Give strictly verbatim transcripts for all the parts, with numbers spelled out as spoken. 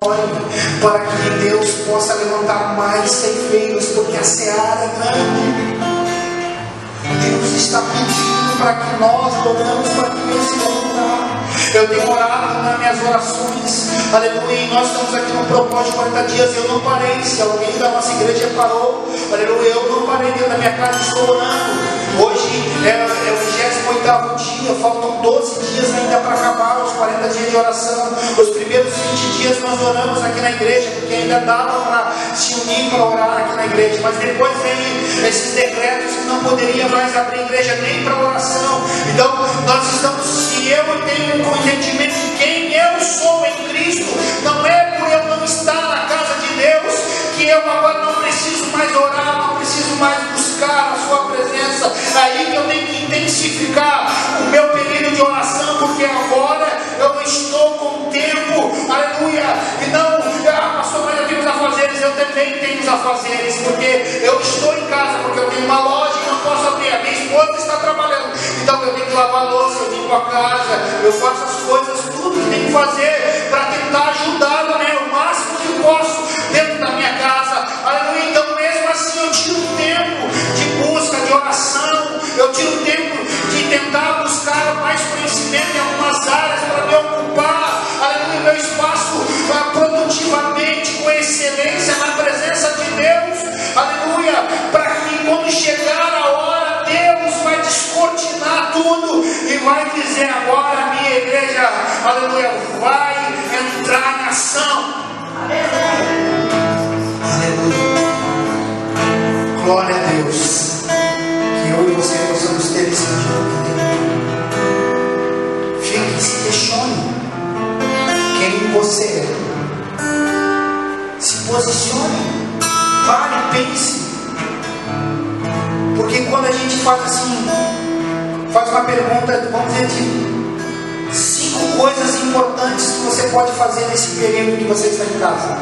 para que Deus possa levantar mais ceifeiros, porque a seara é grande. Deus está pedindo para que nós oramos para que Deus se levantar. Eu tenho orado nas minhas orações, aleluia, e nós estamos aqui no propósito de quarenta dias. Eu não parei. Se alguém da nossa igreja parou, aleluia, eu não parei dentro da minha casa, estou orando. Hoje é, é o vigésimo oitavo dia, faltam doze dias ainda para acabar os quarenta dias de oração. Os primeiros vinte dias nós oramos aqui na igreja, porque ainda dava para se unir para orar aqui na igreja, mas depois vem esses decretos que não poderia mais abrir a igreja nem para oração. Então nós estamos, se eu tenho um entendimento de quem eu sou em Cristo, não é por eu não estar na casa de Deus que eu agora não preciso mais orar, não preciso mais buscar a sua presença. É aí que eu tenho que intensificar o meu período de oração, porque agora eu não estou com tempo, aleluia, e não, ah, pastor, mas eu tenho os afazeres. Eu também tenho os afazeres, porque eu estou em casa, porque eu tenho uma loja e não posso abrir. A minha esposa está trabalhando, então eu tenho que lavar a louça, eu limpo a casa, eu faço as coisas, tudo que tenho que fazer para tentar ajudá-la, né, o máximo que posso dentro da minha casa, aleluia. Então mesmo assim eu tiro tempo de busca, de oração, eu tiro tempo de tentar buscar mais conhecimento em algumas áreas para me ocupar, aleluia, meu espaço uh, produtivamente, com excelência na presença de Deus, aleluia, para que quando chegar a hora, Deus vai descortinar tudo e vai dizer: agora a minha igreja, aleluia, vai entrar em ação. Aleluia. Glória a Deus. Que eu e você possamos ter esse dia. Fique, se questione quem você é. Se posicione. Pare, pense. Porque quando a gente faz assim, faz uma pergunta, vamos dizer, de cinco coisas importantes que você pode fazer nesse período que você está em casa.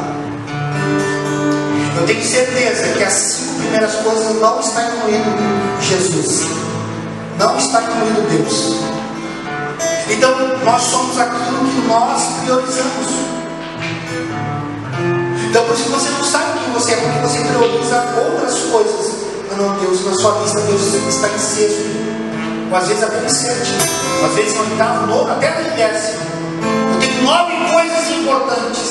Eu tenho certeza que as cinco primeiras coisas não está incluindo Jesus, não está incluindo Deus. Então nós somos aquilo que nós priorizamos. Então por isso que você não sabe quem você é, porque você prioriza outras coisas. Não, Deus, na sua lista Deus está em sexto, ou às vezes até em sétimo, ou às vezes em oitavo, nono, até em décimo. Eu tenho nove coisas importantes.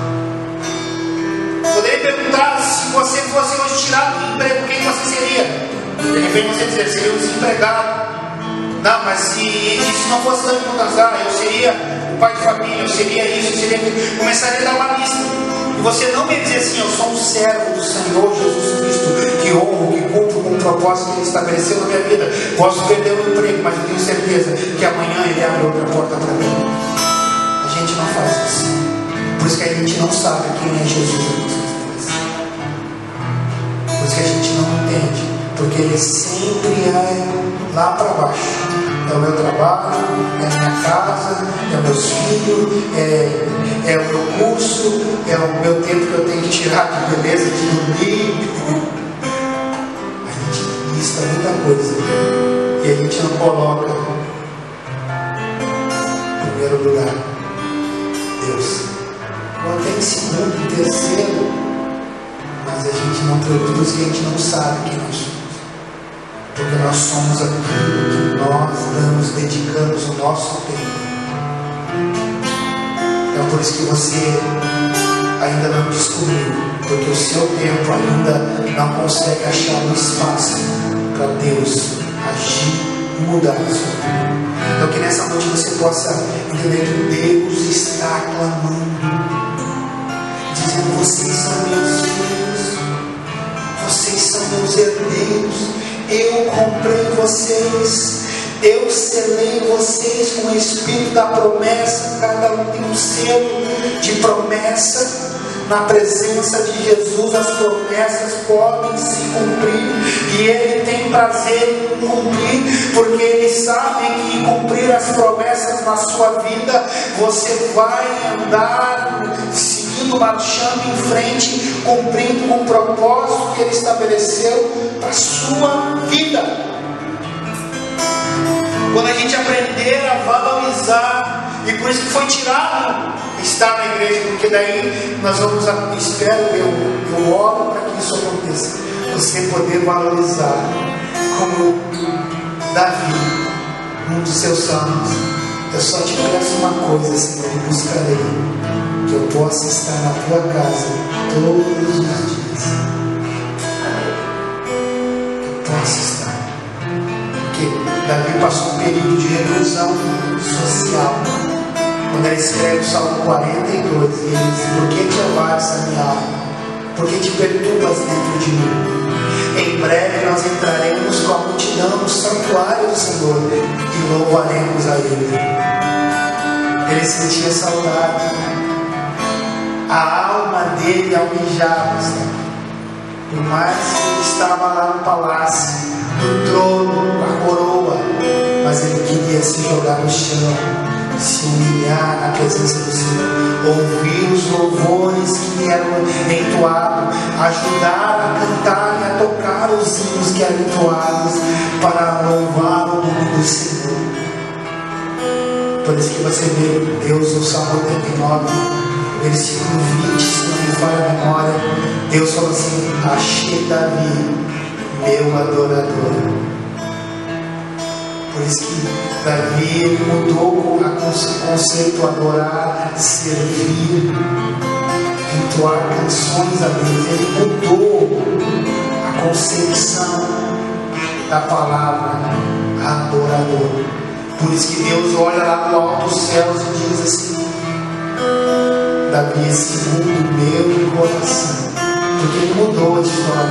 Poderia perguntar, se você fosse hoje tirado do emprego, quem você seria? De repente você dizer: seria um desempregado. Não, mas se isso não fosse tão importante, ah, eu seria o pai de família, eu seria isso, eu seria aquilo. Começaria a dar uma lista. E você não me dizer assim: eu sou um servo do Senhor Jesus Cristo, que honro, que cumpro com o propósito que Ele estabeleceu na minha vida. Posso perder o emprego, mas eu tenho certeza que amanhã Ele abre outra porta para mim. A gente não faz isso. Por isso que a gente não sabe quem é Jesus. Por isso que a gente não entende, porque Ele sempre é lá para baixo. É o meu trabalho, é a minha casa, é os meus filhos, é, é o meu curso, é o meu tempo que eu tenho que tirar de beleza, de dormir. A gente lista muita coisa e a gente não coloca em primeiro lugar Deus. Ou até em segundo, em terceiro, mas a gente não produz e a gente não sabe quem nós somos. Porque nós somos aquilo que nós damos, dedicamos o nosso tempo. Então por isso que você ainda não descobriu, porque o seu tempo ainda não consegue achar um espaço para Deus agir e mudar a sua vida. Então que nessa noite você possa entender que Deus está clamando, dizendo: vocês são meus filhos, vocês são meus herdeiros. Eu comprei vocês, eu selei vocês com o Espírito da promessa. Cada um tem um selo de promessa. Na presença de Jesus as promessas podem se cumprir, e Ele tem prazer em cumprir, porque Ele sabe que em cumprir as promessas na sua vida você vai andar seguindo, marchando em frente, cumprindo com o propósito que Ele estabeleceu para a sua vida. Quando a gente aprender a valorizar E por isso que foi tirado estar na igreja, porque daí nós vamos, espero, eu, eu oro para que isso aconteça. Você poder valorizar, como Davi, um dos seus salmos: eu só te peço uma coisa, Senhor, e buscarei, que eu possa estar na tua casa todos os dias. Que eu possa estar. Porque Davi passou um período de reclusão social. Quando ele escreve o Salmo quarenta e dois, ele diz: por que te avarias a minha alma? Por que te perturbas dentro de mim? Em breve nós entraremos com a multidão no santuário do Senhor e louvaremos a Ele. Ele sentia saudade. A alma dele almejava. Por mais que ele estava lá no palácio, no trono, com a coroa, mas ele queria se jogar no chão, se humilhar na presença do Senhor, ouvir os louvores que eram entoados, ajudar a cantar e a tocar os hinos que eram entoados para louvar o nome do Senhor. Por isso que você vê Deus no Salmo oitenta e nove, versículo vinte, se não me falha a memória, Deus falou assim: achei Davi, meu adorador. Por isso que Davi ele mudou o conceito adorar, servir, entoar canções a Deus. Ele mudou a concepção da palavra adorador. Por isso que Deus olha lá do alto dos céus e diz assim: Davi é segundo o meu coração. Porque ele mudou a história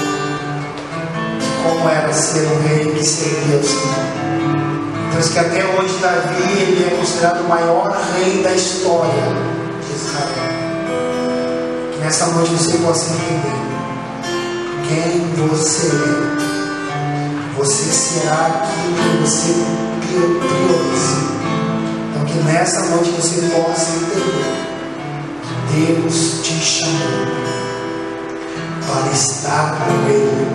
de como era ser um rei que servia ao Senhor. Por isso que até hoje Davi ele é considerado o maior rei da história de Israel. Que nessa noite você possa entender quem você é. Você será aquilo que você prioriza. Então que nessa noite você possa entender que Deus te chamou para estar com Ele.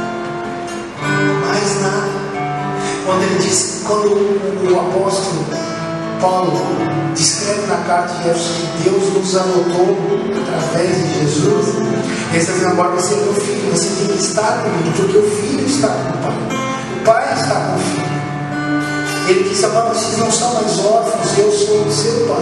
Mais nada. Quando ele diz, quando o, o apóstolo Paulo descreve na carta de Efésios que Deus nos adotou através de Jesus, ele está dizendo: agora você é meu filho, você tem que estar comigo, porque o filho está com o pai, o pai está com o filho. Ele disse: agora vocês não são mais órfãos, eu sou o seu pai.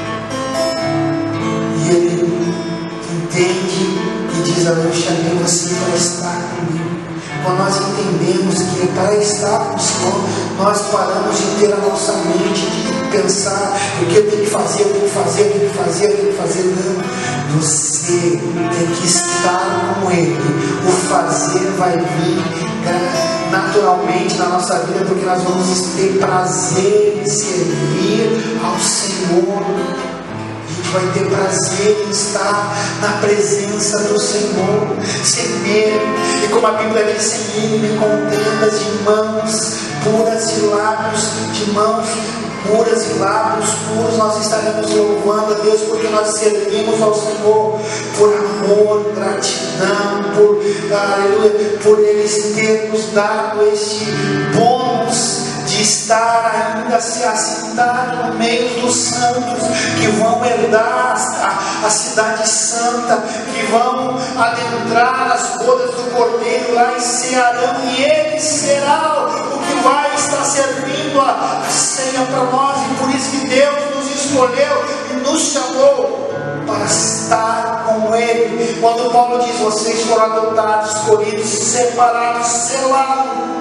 E ele entende e diz: eu chamei você para estar comigo. Quando nós entendemos que para estar com o Senhor, nós paramos de ter a nossa mente, de pensar o que eu tenho que fazer, eu tenho que fazer, eu tenho que fazer, eu tenho que fazer. Não. Você tem que estar com Ele. O fazer vai vir naturalmente na nossa vida, porque nós vamos ter prazer em servir ao Senhor. Vai ter prazer em estar na presença do Senhor, sem medo. E como a Bíblia diz, sem medo nem contendas, de mãos puras e lábios, de mãos puras e lábios puros, nós estaremos louvando a Deus, porque nós servimos ao Senhor por amor, gratidão, por, aleluia, por eles ter nos dado este bônus de estar ainda se assentar no meio dos santos que vão herdar a, a cidade santa, que vão adentrar nas bodas do Cordeiro lá em Cearão, e Ele será o que vai estar servindo a ceia para nós. E por isso que Deus nos escolheu e nos chamou para estar com Ele. Quando Paulo diz: vocês foram adotados, escolhidos, separados, selados,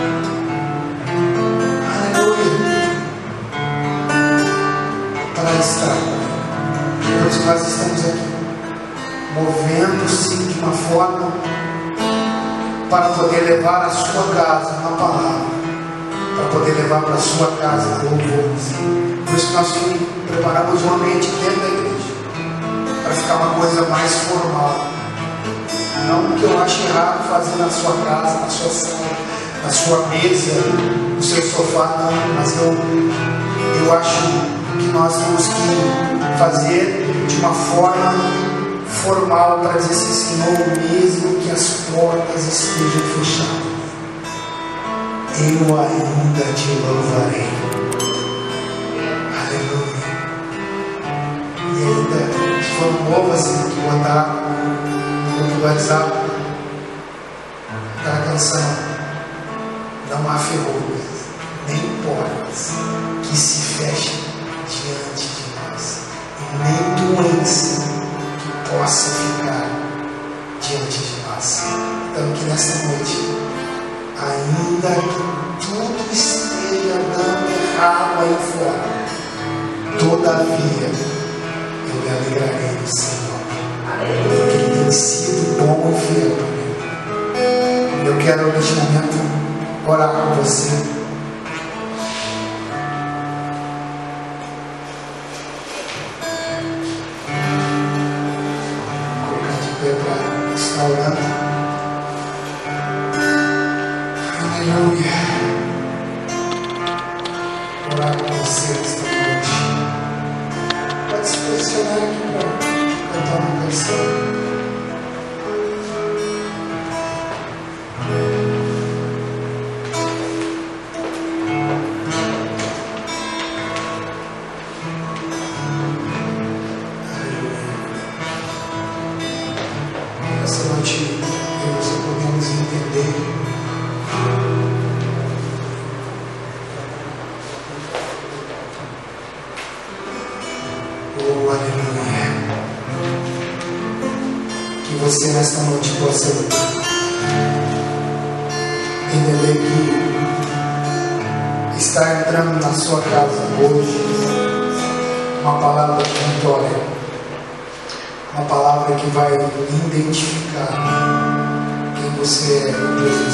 para estar. Por isso nós estamos aqui, movendo-se de uma forma para poder levar a sua casa uma palavra, para poder levar para a sua casa louvores. Por isso que nós preparamos um ambiente dentro da igreja, para ficar uma coisa mais formal. Não que eu ache errado fazer na sua casa, na sua sala, na sua mesa, no seu sofá, não, mas eu, eu acho que nós temos que fazer de uma forma formal para dizer assim: Senhor, mesmo que as portas estejam fechadas, eu ainda te louvarei. Aleluia. usar aquela canção. Não há ferrolhos, nem portas que se fechem diante de nós, e nem doença que possa ficar diante de nós. Então, que nessa noite, ainda que tudo esteja dando errado aí fora, todavia eu me alegrarei no Senhor, porque Ele tem sido bom e fiel para mim. Eu quero neste momento orar com você. Vou colocar de pé para estar orando. Aleluia. Vou orar com você esta noite. Pode se posicionar aqui para cantar uma canção. Você nesta noite possa entender que está entrando na sua casa hoje uma palavra de vitória, uma palavra que vai identificar quem você é.